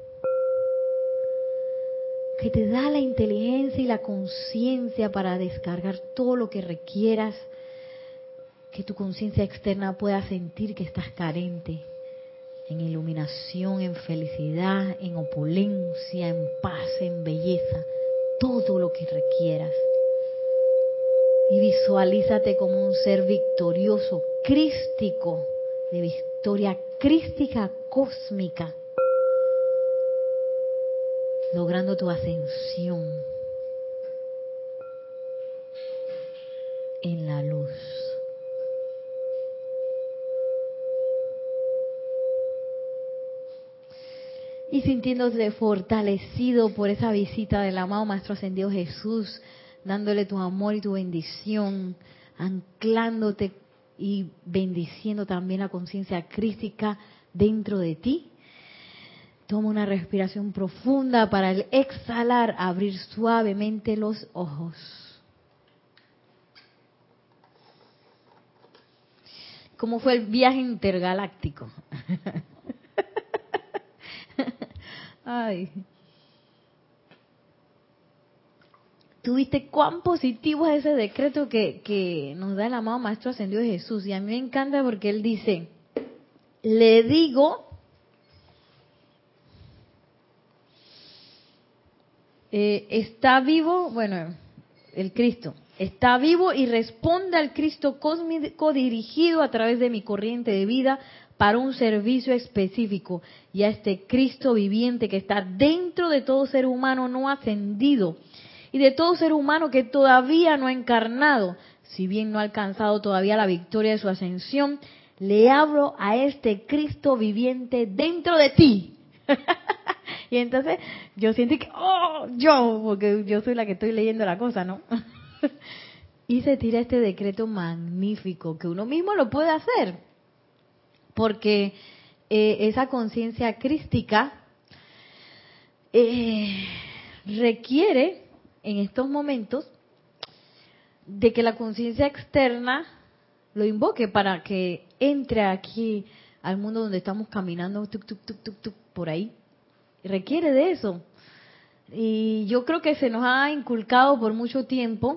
que te da la inteligencia y la conciencia para descargar todo lo que requieras, que tu conciencia externa pueda sentir que estás carente, en iluminación, en felicidad, en opulencia, en paz, en belleza, todo lo que requieras. Y visualízate como un ser victorioso, crístico, de victoria crística cósmica, logrando tu ascensión en la luz. Y sintiéndose fortalecido por esa visita del amado Maestro Ascendido Jesús, dándole tu amor y tu bendición, anclándote y bendiciendo también la conciencia crística dentro de ti. Toma una respiración profunda para al exhalar abrir suavemente los ojos. ¿Cómo fue el viaje intergaláctico? Ay. ¿Tú viste cuán positivo es ese decreto que nos da el amado Maestro Ascendido de Jesús? Y a mí me encanta porque él dice, le digo, está vivo, bueno, el Cristo, está vivo y responde al Cristo cósmico dirigido a través de mi corriente de vida para un servicio específico, y a este Cristo viviente que está dentro de todo ser humano no ascendido y de todo ser humano que todavía no ha encarnado, si bien no ha alcanzado todavía la victoria de su ascensión, le hablo a este Cristo viviente dentro de ti. Y entonces yo siento que, porque yo soy la que estoy leyendo la cosa, ¿no? Y se tira este decreto magnífico que uno mismo lo puede hacer, porque esa conciencia crística requiere en estos momentos de que la conciencia externa lo invoque para que entre aquí al mundo donde estamos caminando, por ahí. Requiere de eso. Y yo creo que se nos ha inculcado por mucho tiempo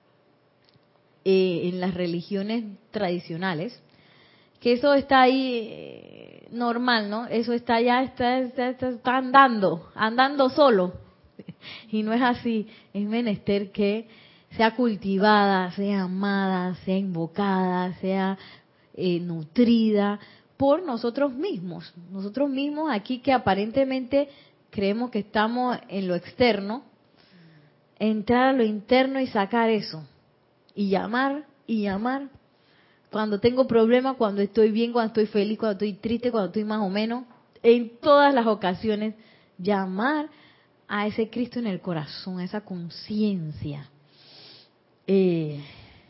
en las religiones tradicionales, que eso está ahí normal, ¿no? Eso está ya, está andando solo. Y no es así, es menester que sea cultivada, sea amada, sea invocada, sea nutrida por nosotros mismos. Nosotros mismos aquí que aparentemente creemos que estamos en lo externo, entrar a lo interno y sacar eso. Y llamar, cuando tengo problemas, cuando estoy bien, cuando estoy feliz, cuando estoy triste, cuando estoy más o menos, en todas las ocasiones, llamar a ese Cristo en el corazón, a esa conciencia. Sigue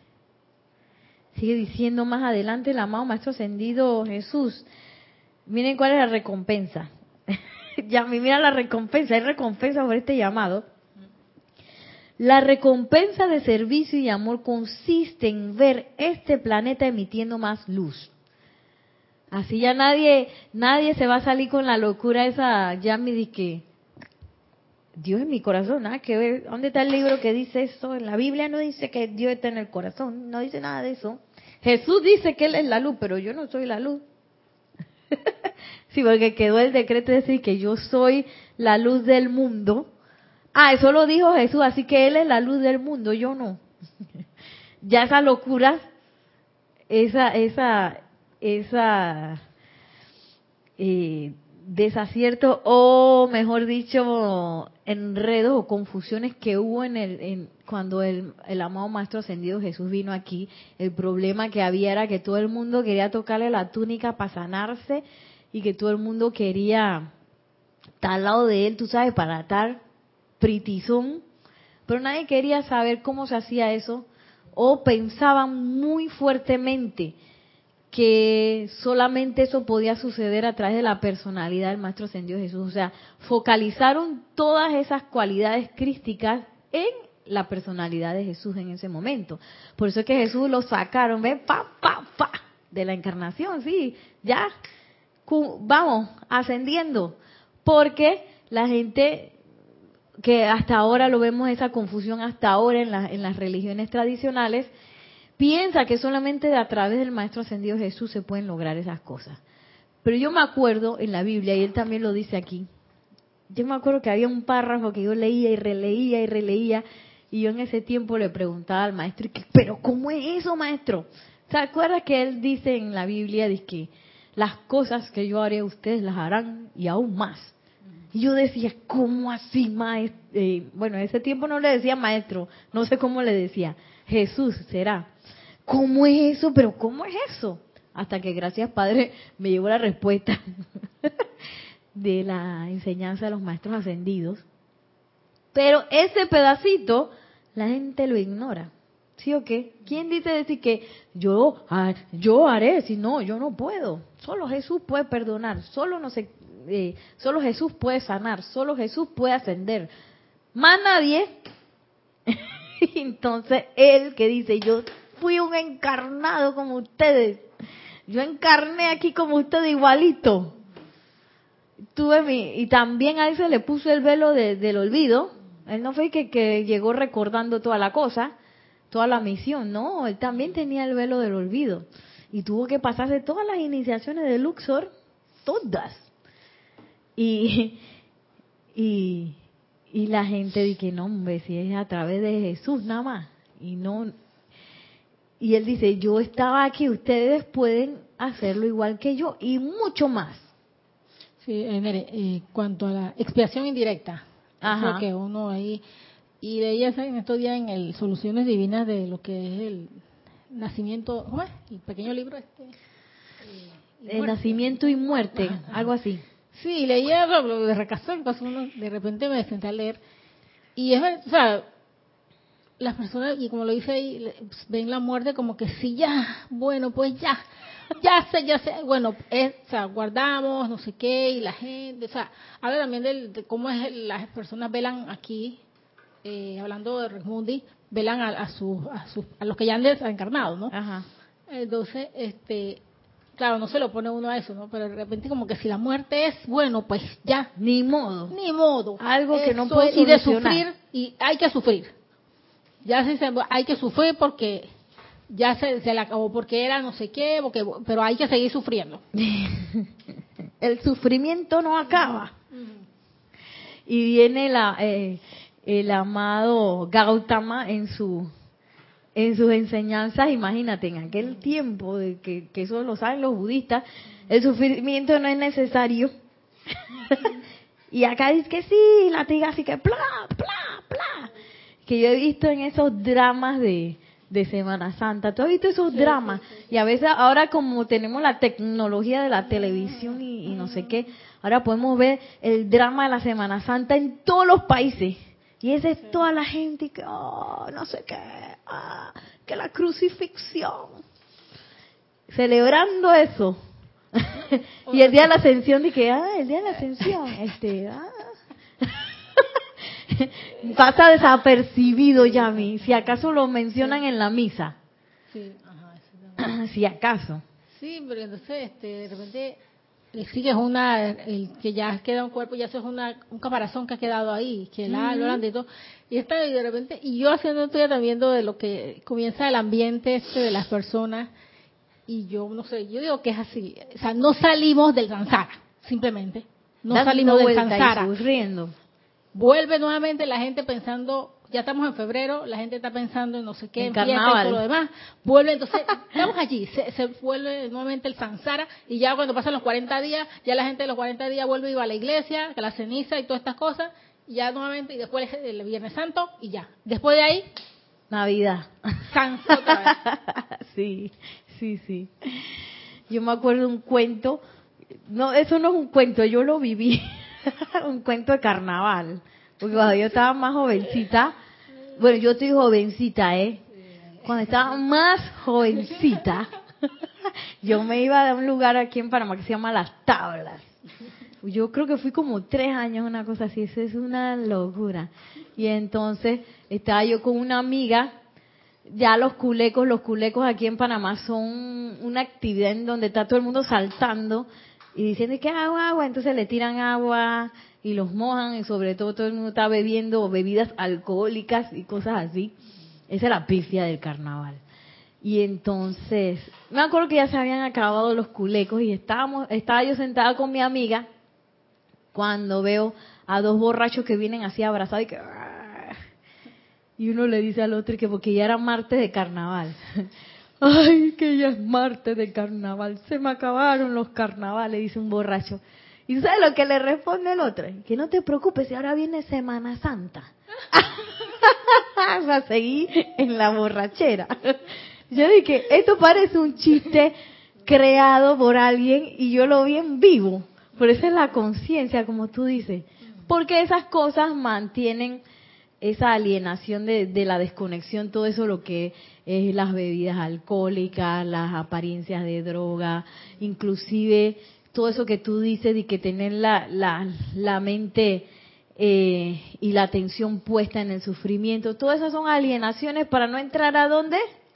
diciendo más adelante el amado Maestro Ascendido Jesús. Miren cuál es la recompensa. Ya, mira la recompensa, hay recompensa por este llamado. La recompensa de servicio y amor consiste en ver este planeta emitiendo más luz. Así ya nadie se va a salir con la locura esa, ya me di que Dios en mi corazón, nada que ver. ¿Dónde está el libro que dice eso? En la Biblia no dice que Dios está en el corazón, no dice nada de eso. Jesús dice que Él es la luz, pero yo no soy la luz. Sí, porque quedó el decreto de decir que yo soy la luz del mundo. Ah, eso lo dijo Jesús, así que Él es la luz del mundo, yo no. Ya esa locura, esa desacierto o mejor dicho enredos o confusiones que hubo cuando el amado Maestro Ascendido Jesús vino aquí. El problema que había era que todo el mundo quería tocarle la túnica para sanarse y que todo el mundo quería estar al lado de él, tú sabes, para estar pritizón, pero nadie quería saber cómo se hacía eso, o pensaban muy fuertemente que solamente eso podía suceder a través de la personalidad del Maestro Ascendido Jesús. O sea, focalizaron todas esas cualidades crísticas en la personalidad de Jesús en ese momento. Por eso es que Jesús lo sacaron, ¿ves? De la encarnación, sí, ya, vamos, ascendiendo. Porque la gente que hasta ahora lo vemos, esa confusión hasta ahora en las religiones tradicionales, piensa que solamente a través del Maestro Ascendido Jesús se pueden lograr esas cosas. Pero yo me acuerdo en la Biblia, y él también lo dice aquí, yo me acuerdo que había un párrafo que yo leía y releía, y yo en ese tiempo le preguntaba al maestro, ¿pero cómo es eso, maestro? ¿Se acuerda que él dice en la Biblia, dice que las cosas que yo haré ustedes las harán y aún más? Y yo decía, ¿cómo así, maestro? Bueno, en ese tiempo no le decía maestro, no sé cómo le decía, Jesús será. ¿Cómo es eso? ¿Pero cómo es eso? Hasta que gracias Padre me llegó la respuesta de la enseñanza de los maestros ascendidos. Pero ese pedacito la gente lo ignora. ¿Sí o qué? ¿Quién dice decir que yo haré? Si no, yo no puedo. Solo Jesús puede perdonar. Solo Jesús puede sanar. Solo Jesús puede ascender. Más nadie. Entonces él que dice, yo fui un encarnado como ustedes. Yo encarné aquí como ustedes igualito. Y también a él se le puso el velo del olvido. Él no fue que llegó recordando toda la cosa, toda la misión. No, él también tenía el velo del olvido. Y tuvo que pasarse todas las iniciaciones de Luxor, todas. Y la gente dice, no, hombre, si es a través de Jesús nada más. Y él dice, yo estaba aquí, ustedes pueden hacerlo igual que yo y mucho más. Sí, mire, cuanto a la expiación indirecta, eso que uno ahí, y leía en estos días en el Soluciones Divinas de lo que es el nacimiento, ¿cómo es? El pequeño libro el nacimiento y muerte, algo así. Sí, leía lo de recasar, uno de repente me senté a leer, y es, o sea, las personas, y como lo dice ahí, ven la muerte como que sí, ya, bueno, pues ya sé, bueno, o sea, guardamos, no sé qué, y la gente, o sea, habla también de cómo las personas velan aquí, hablando de Resmundi, velan a los que ya han desencarnado, ¿no? Ajá. Entonces, claro, no se lo pone uno a eso, ¿no? Pero de repente como que si la muerte es, bueno, pues ya. Ni modo. Ni modo. Algo que no Eso puedo es, y de solucionar. sufrir, y hay que sufrir. Ya hay que sufrir porque ya se le acabó, porque era no sé qué, pero hay que seguir sufriendo. El sufrimiento no acaba. Y viene el amado Gautama en sus enseñanzas. Imagínate, en aquel tiempo, de que eso lo saben los budistas, el sufrimiento no es necesario. Y acá dice que sí, latiga así que bla, bla, bla. Que yo he visto en esos dramas de Semana Santa. ¿Tú has visto esos dramas? Sí. Y a veces ahora como tenemos la tecnología de la televisión y no sé qué, ahora podemos ver el drama de la Semana Santa en todos los países. Y esa es toda la gente y que, no sé qué, que la crucifixión. Celebrando eso. Y el día de la ascensión, de que, el día de la ascensión, pasa desapercibido, Yami, si acaso lo mencionan en la misa. Sí, ajá, si acaso. Sí, pero entonces de repente le sigues el que ya queda un cuerpo, ya eso es un caparazón que ha quedado ahí, que lo hablan de todo. Y de repente, y yo haciendo estoy también viendo de lo que comienza el ambiente de las personas, y yo no sé, yo digo que es así, o sea, no salimos del samsara, simplemente, no salimos del samsara. Riendo. Vuelve nuevamente la gente pensando, ya estamos en febrero, la gente está pensando en no sé qué, en fiesta carnaval. y todo lo demás. Vuelve, entonces, estamos allí, se vuelve nuevamente el samsara, y ya cuando pasan los 40 días, ya la gente de los 40 días vuelve y va a la iglesia, que la ceniza y todas estas cosas, y ya nuevamente, y después el Viernes Santo, y ya. Después de ahí, Navidad. Santo otra vez. Sí. Yo me acuerdo de un cuento, no, eso no es un cuento, yo lo viví, un cuento de carnaval, porque cuando yo estaba más jovencita, bueno, yo estoy jovencita, cuando estaba más jovencita, yo me iba a un lugar aquí en Panamá que se llama Las Tablas. Yo creo que fui como 3 años, una cosa así, eso es una locura. Y entonces estaba yo con una amiga. Ya los culecos aquí en Panamá son una actividad en donde está todo el mundo saltando y diciendo que agua, entonces le tiran agua y los mojan, y sobre todo el mundo está bebiendo bebidas alcohólicas y cosas así. Esa es la pifia del carnaval. Y entonces, me acuerdo que ya se habían acabado los culecos y estaba yo sentada con mi amiga cuando veo a 2 borrachos que vienen así abrazados y que... Y uno le dice al otro que porque ya era martes de carnaval. Ay, que ya es martes de carnaval. Se me acabaron los carnavales, dice un borracho. ¿Y sabes lo que le responde el otro? Que no te preocupes, si ahora viene Semana Santa. O sea, seguí en la borrachera. Yo dije, esto parece un chiste creado por alguien y yo lo vi en vivo. Por eso es la conciencia, como tú dices. Porque esas cosas mantienen esa alienación de la desconexión, todo eso lo que es las bebidas alcohólicas, las apariencias de droga, inclusive todo eso que tú dices de que tener la mente y la atención puesta en el sufrimiento, todas esas son alienaciones para no entrar ¿a dónde?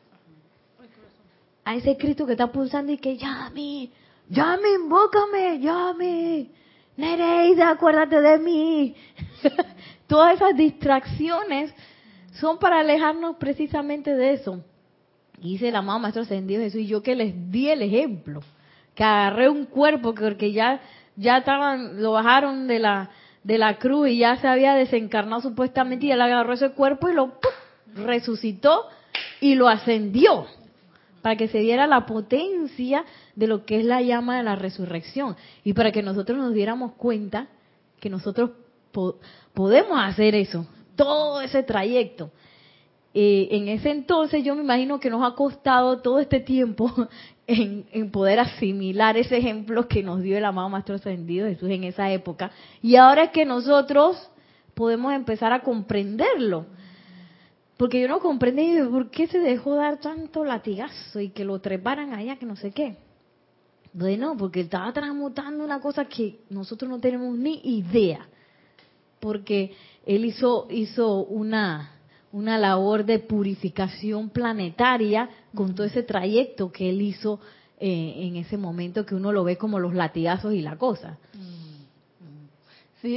A ese Cristo que está pulsando y que llame, invócame, llame, Nereida, acuérdate de mí. Todas esas distracciones son para alejarnos precisamente de eso. Y dice el amado Maestro Ascendido Jesús, y yo que les di el ejemplo, que agarré un cuerpo porque ya lo bajaron de la cruz y ya se había desencarnado supuestamente, y él agarró ese cuerpo y lo resucitó y lo ascendió, para que se diera la potencia de lo que es la llama de la resurrección, y para que nosotros nos diéramos cuenta que nosotros podemos hacer eso, todo ese trayecto. En ese entonces yo me imagino que nos ha costado todo este tiempo en poder asimilar ese ejemplo que nos dio el amado Maestro Ascendido Jesús en esa época, y ahora es que nosotros podemos empezar a comprenderlo, porque yo no comprendí por qué se dejó dar tanto latigazo y que lo treparan allá, que no sé qué. Bueno, porque él estaba transmutando una cosa que nosotros no tenemos ni idea, porque él hizo una labor de purificación planetaria con todo ese trayecto que él hizo en ese momento que uno lo ve como los latigazos y la cosa. Sí,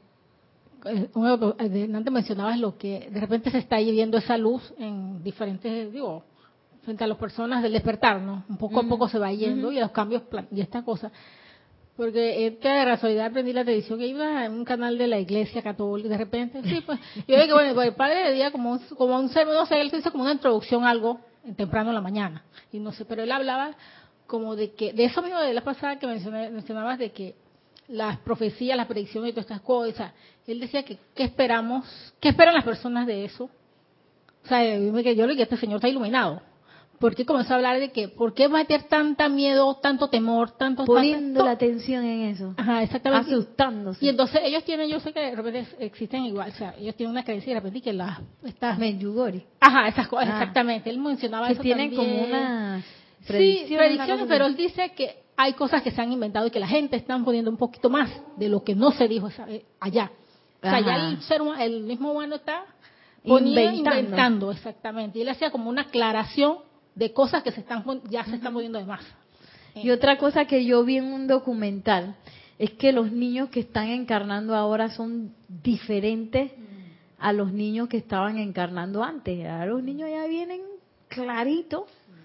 antes mencionabas lo que de repente se está viendo esa luz en diferentes, digo, frente a las personas del despertar, ¿no? Un poco a poco se va yendo y los cambios y esta cosa. Porque de casualidad aprendí la televisión que iba en un canal de la Iglesia Católica, de repente, sí, pues, yo dije que bueno, el padre le dio como un sermón, no sé, él hizo como una introducción a algo temprano en la mañana, y no sé, pero él hablaba como de que, de eso mismo de la pasada que mencionabas de que las profecías, las predicciones y todas estas cosas, él decía que, ¿qué esperamos? ¿Qué esperan las personas de eso? O sea, yo le dije, este señor está iluminado. ¿Por qué comenzó a hablar de que, por qué meter tanta miedo, tanto temor, poniendo la atención en eso? Ajá, exactamente. Asustándose. Y entonces ellos tienen, yo sé que de repente existen igual, o sea, ellos tienen una creencia de repente que estas... Medjugorje. Ajá, esas cosas, exactamente. Él mencionaba que eso tienen también. como unas predicciones. Sí, predicciones, pero él dice que hay cosas que se han inventado y que la gente está poniendo un poquito más de lo que no se dijo allá. O sea, ya el mismo humano está inventando, exactamente. Y él hacía como una aclaración de cosas que se están poniendo de más. Y otra cosa que yo vi en un documental es que los niños que están encarnando ahora son diferentes a los niños que estaban encarnando antes. Ahora los niños ya vienen claritos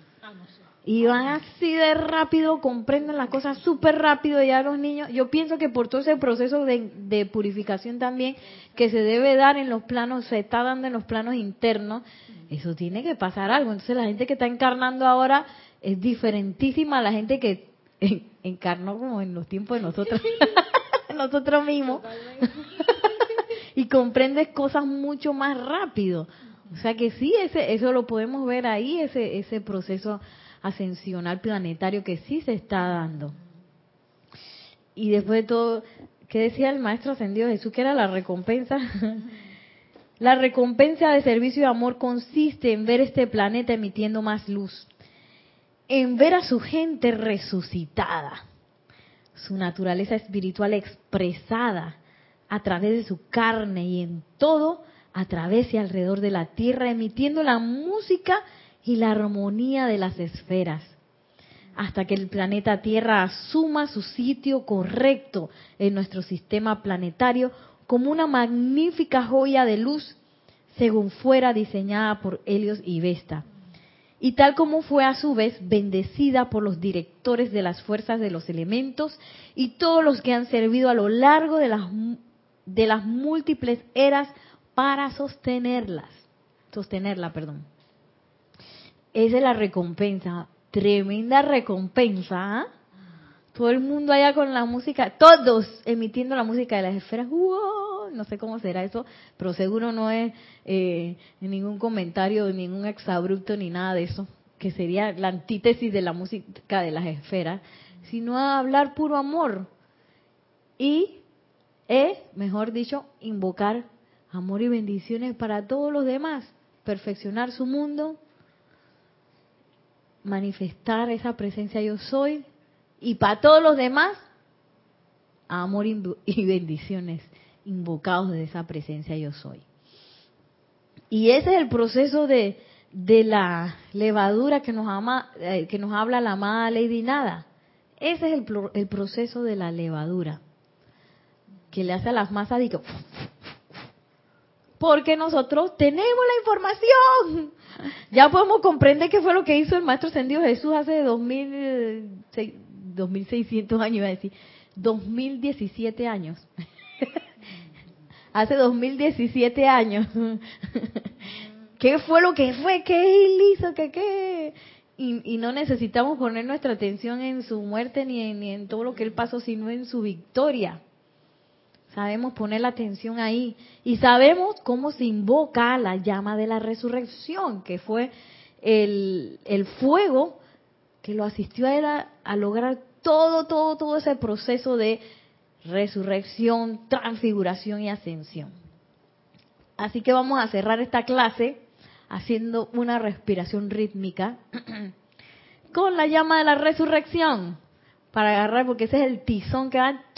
y van así de rápido, comprenden las cosas súper rápido. Ya los niños, yo pienso que por todo ese proceso de purificación también que se debe dar en los planos, se está dando en los planos internos, eso tiene que pasar algo. Entonces la gente que está encarnando ahora es diferentísima a la gente que encarnó como en los tiempos de nosotros, nosotros mismos, y comprendes cosas mucho más rápido. O sea que sí, eso lo podemos ver ahí, ese proceso ascensional planetario que sí se está dando. Y después de todo, ¿qué decía el Maestro Ascendido Jesús? Que era la recompensa. La recompensa de servicio y amor consiste en ver este planeta emitiendo más luz, en ver a su gente resucitada, su naturaleza espiritual expresada a través de su carne y en todo, a través y alrededor de la tierra, emitiendo la música y la armonía de las esferas, hasta que el planeta Tierra asuma su sitio correcto en nuestro sistema planetario como una magnífica joya de luz, según fuera diseñada por Helios y Vesta, y tal como fue a su vez bendecida por los directores de las fuerzas de los elementos y todos los que han servido a lo largo de las múltiples eras para sostenerla. Esa es la recompensa, tremenda recompensa, ¿eh? Todo el mundo allá con la música, todos emitiendo la música de las esferas. ¡Wow! No sé cómo será eso, pero seguro no es ningún comentario, ningún exabrupto ni nada de eso, que sería la antítesis de la música de las esferas, sino a hablar puro amor. Y, mejor dicho, invocar amor y bendiciones para todos los demás, perfeccionar su mundo, manifestar esa presencia yo soy, y para todos los demás, amor y bendiciones invocados de esa presencia yo soy. Y ese es el proceso de la levadura que nos habla la amada Lady Nada. Ese es el proceso de la levadura, que le hace a las masas y que... Porque nosotros tenemos la información. Ya podemos comprender qué fue lo que hizo el Maestro Ascendido Jesús hace 2600 años, iba a decir, 2017 años. Hace 2017 años. ¿Qué fue lo que fue? ¿Qué él hizo? ¿Qué? Y no necesitamos poner nuestra atención en su muerte ni en todo lo que él pasó, sino en su victoria. Sabemos poner la atención ahí y sabemos cómo se invoca la llama de la resurrección, que fue el fuego que lo asistió a él a lograr todo ese proceso de resurrección, transfiguración y ascensión. Así que vamos a cerrar esta clase haciendo una respiración rítmica con la llama de la resurrección para agarrar, porque ese es el tizón que va.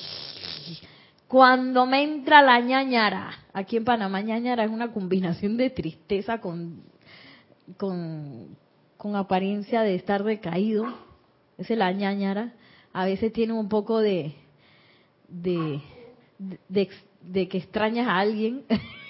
Cuando me entra la ñañara, aquí en Panamá ñañara es una combinación de tristeza con apariencia de estar decaído. Esa es la ñáñara. A veces tiene un poco de, de que extrañas a alguien.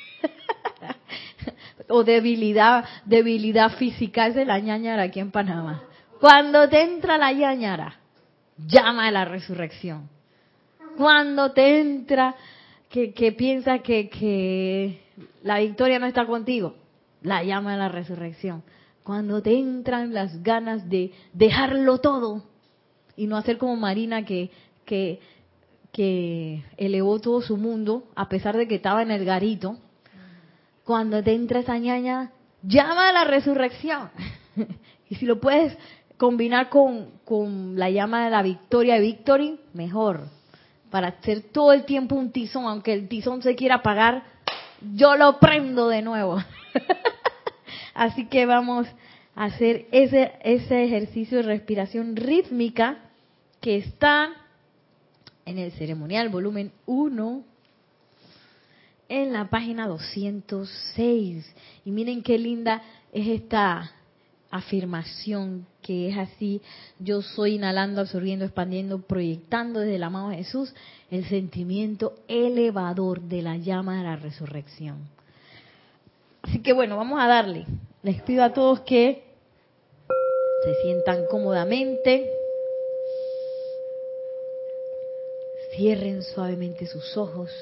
O debilidad física. Esa es la ñáñara aquí en Panamá. Cuando te entra la ñáñara, llama a la resurrección. Cuando te entra que piensas que la victoria no está contigo, la llama a la resurrección. Cuando te entran las ganas de dejarlo todo y no hacer como Marina que elevó todo su mundo a pesar de que estaba en el garito. Cuando te entra esa ñaña, llama a la resurrección. Y si lo puedes combinar con la llama de la victoria de Victory, mejor. Para hacer todo el tiempo un tizón, aunque el tizón se quiera apagar, yo lo prendo de nuevo. Así que vamos a hacer ese ejercicio de respiración rítmica que está en el ceremonial volumen 1, en la página 206. Y miren qué linda es esta afirmación, que es así: yo soy inhalando, absorbiendo, expandiendo, proyectando desde el amado Jesús el sentimiento elevador de la llama de la resurrección. Así que bueno, vamos a darle. Les pido a todos que se sientan cómodamente, cierren suavemente sus ojos,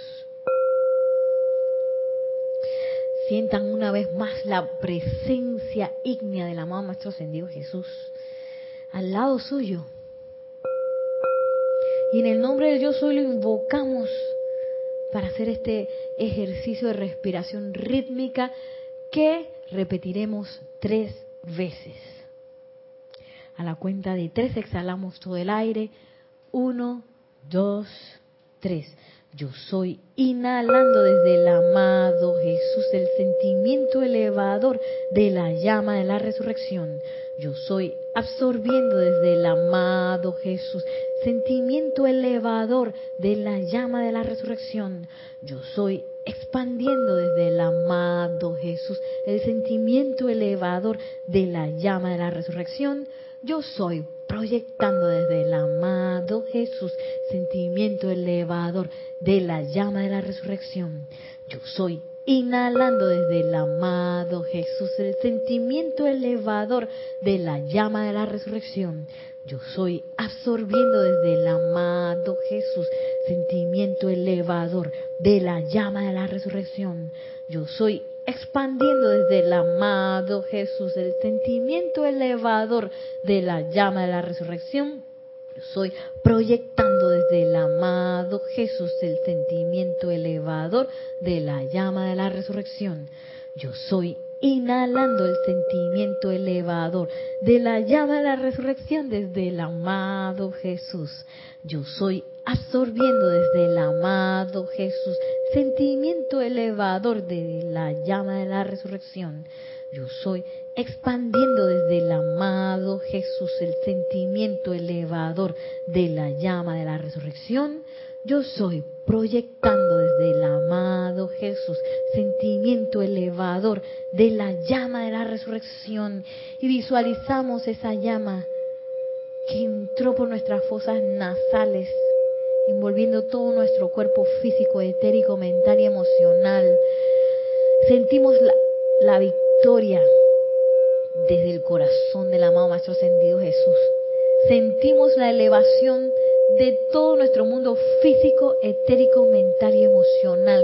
sientan una vez más la presencia ígnea del amado Maestro Ascendido Jesús al lado suyo. Y en el nombre del Yo Soy lo invocamos para hacer este ejercicio de respiración rítmica que repetiremos 3 veces. A la cuenta de 3 exhalamos todo el aire. 1, 2, 3. Yo soy inhalando desde el amado Jesús el sentimiento elevador de la llama de la resurrección. Yo soy absorbiendo desde el amado Jesús sentimiento elevador de la llama de la resurrección. Yo soy expandiendo desde el amado Jesús el sentimiento elevador de la llama de la resurrección. Yo soy proyectando desde el amado Jesús sentimiento elevador de la llama de la resurrección. Yo soy inhalando desde el amado Jesús el sentimiento elevador de la llama de la resurrección. Yo soy absorbiendo desde el amado Jesús sentimiento elevador de la llama de la resurrección. Yo soy expandiendo desde el amado Jesús el sentimiento elevador de la llama de la resurrección. Yo soy proyectando desde el amado Jesús el sentimiento elevador de la llama de la resurrección. Yo soy inhalando el sentimiento elevador de la llama de la resurrección desde el amado Jesús. Yo soy absorbiendo desde el amado Jesús sentimiento elevador de la llama de la resurrección. Yo soy expandiendo desde el amado Jesús el sentimiento elevador de la llama de la resurrección. Yo soy proyectando desde el amado Jesús sentimiento elevador de la llama de la resurrección. Y visualizamos esa llama que entró por nuestras fosas nasales, envolviendo todo nuestro cuerpo físico, etérico, mental y emocional. Sentimos la victoria desde el corazón del amado Maestro Ascendido Jesús. Sentimos la elevación de todo nuestro mundo físico, etérico, mental y emocional,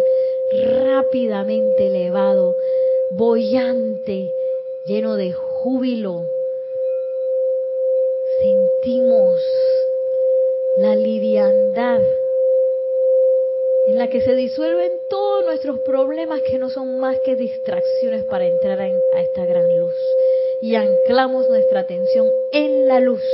rápidamente elevado, boyante, lleno de júbilo. Sentimos la liviandad en la que se disuelven todos nuestros problemas, que no son más que distracciones para entrar a esta gran luz. Y anclamos nuestra atención en la luz,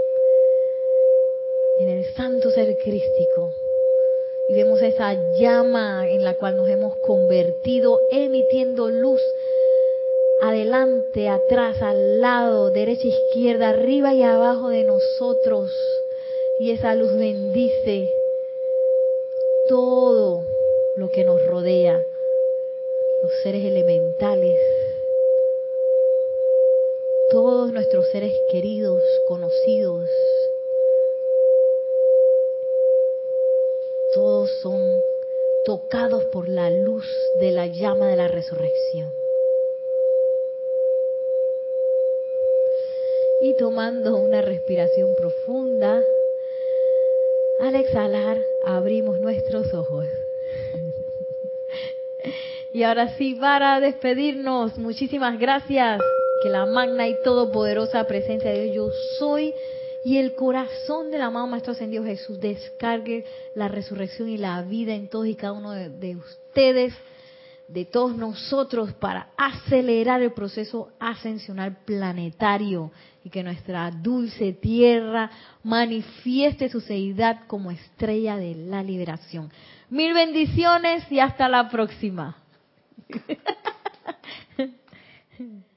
en el santo ser crístico. Y vemos esa llama en la cual nos hemos convertido, emitiendo luz adelante, atrás, al lado, derecha, izquierda, arriba y abajo de nosotros. Y esa luz bendice todo lo que nos rodea, los seres elementales, todos nuestros seres queridos, conocidos, todos son tocados por la luz de la llama de la resurrección. Y tomando una respiración profunda, al exhalar abrimos nuestros ojos. Y ahora sí, para despedirnos, muchísimas gracias. Que la magna y todopoderosa presencia de Dios, yo soy, y el corazón del amado Maestro Ascendido Jesús descargue la resurrección y la vida en todos y cada uno de ustedes, de todos nosotros, para acelerar el proceso ascensional planetario y que nuestra dulce tierra manifieste su seidad como estrella de la liberación. Mil bendiciones y hasta la próxima.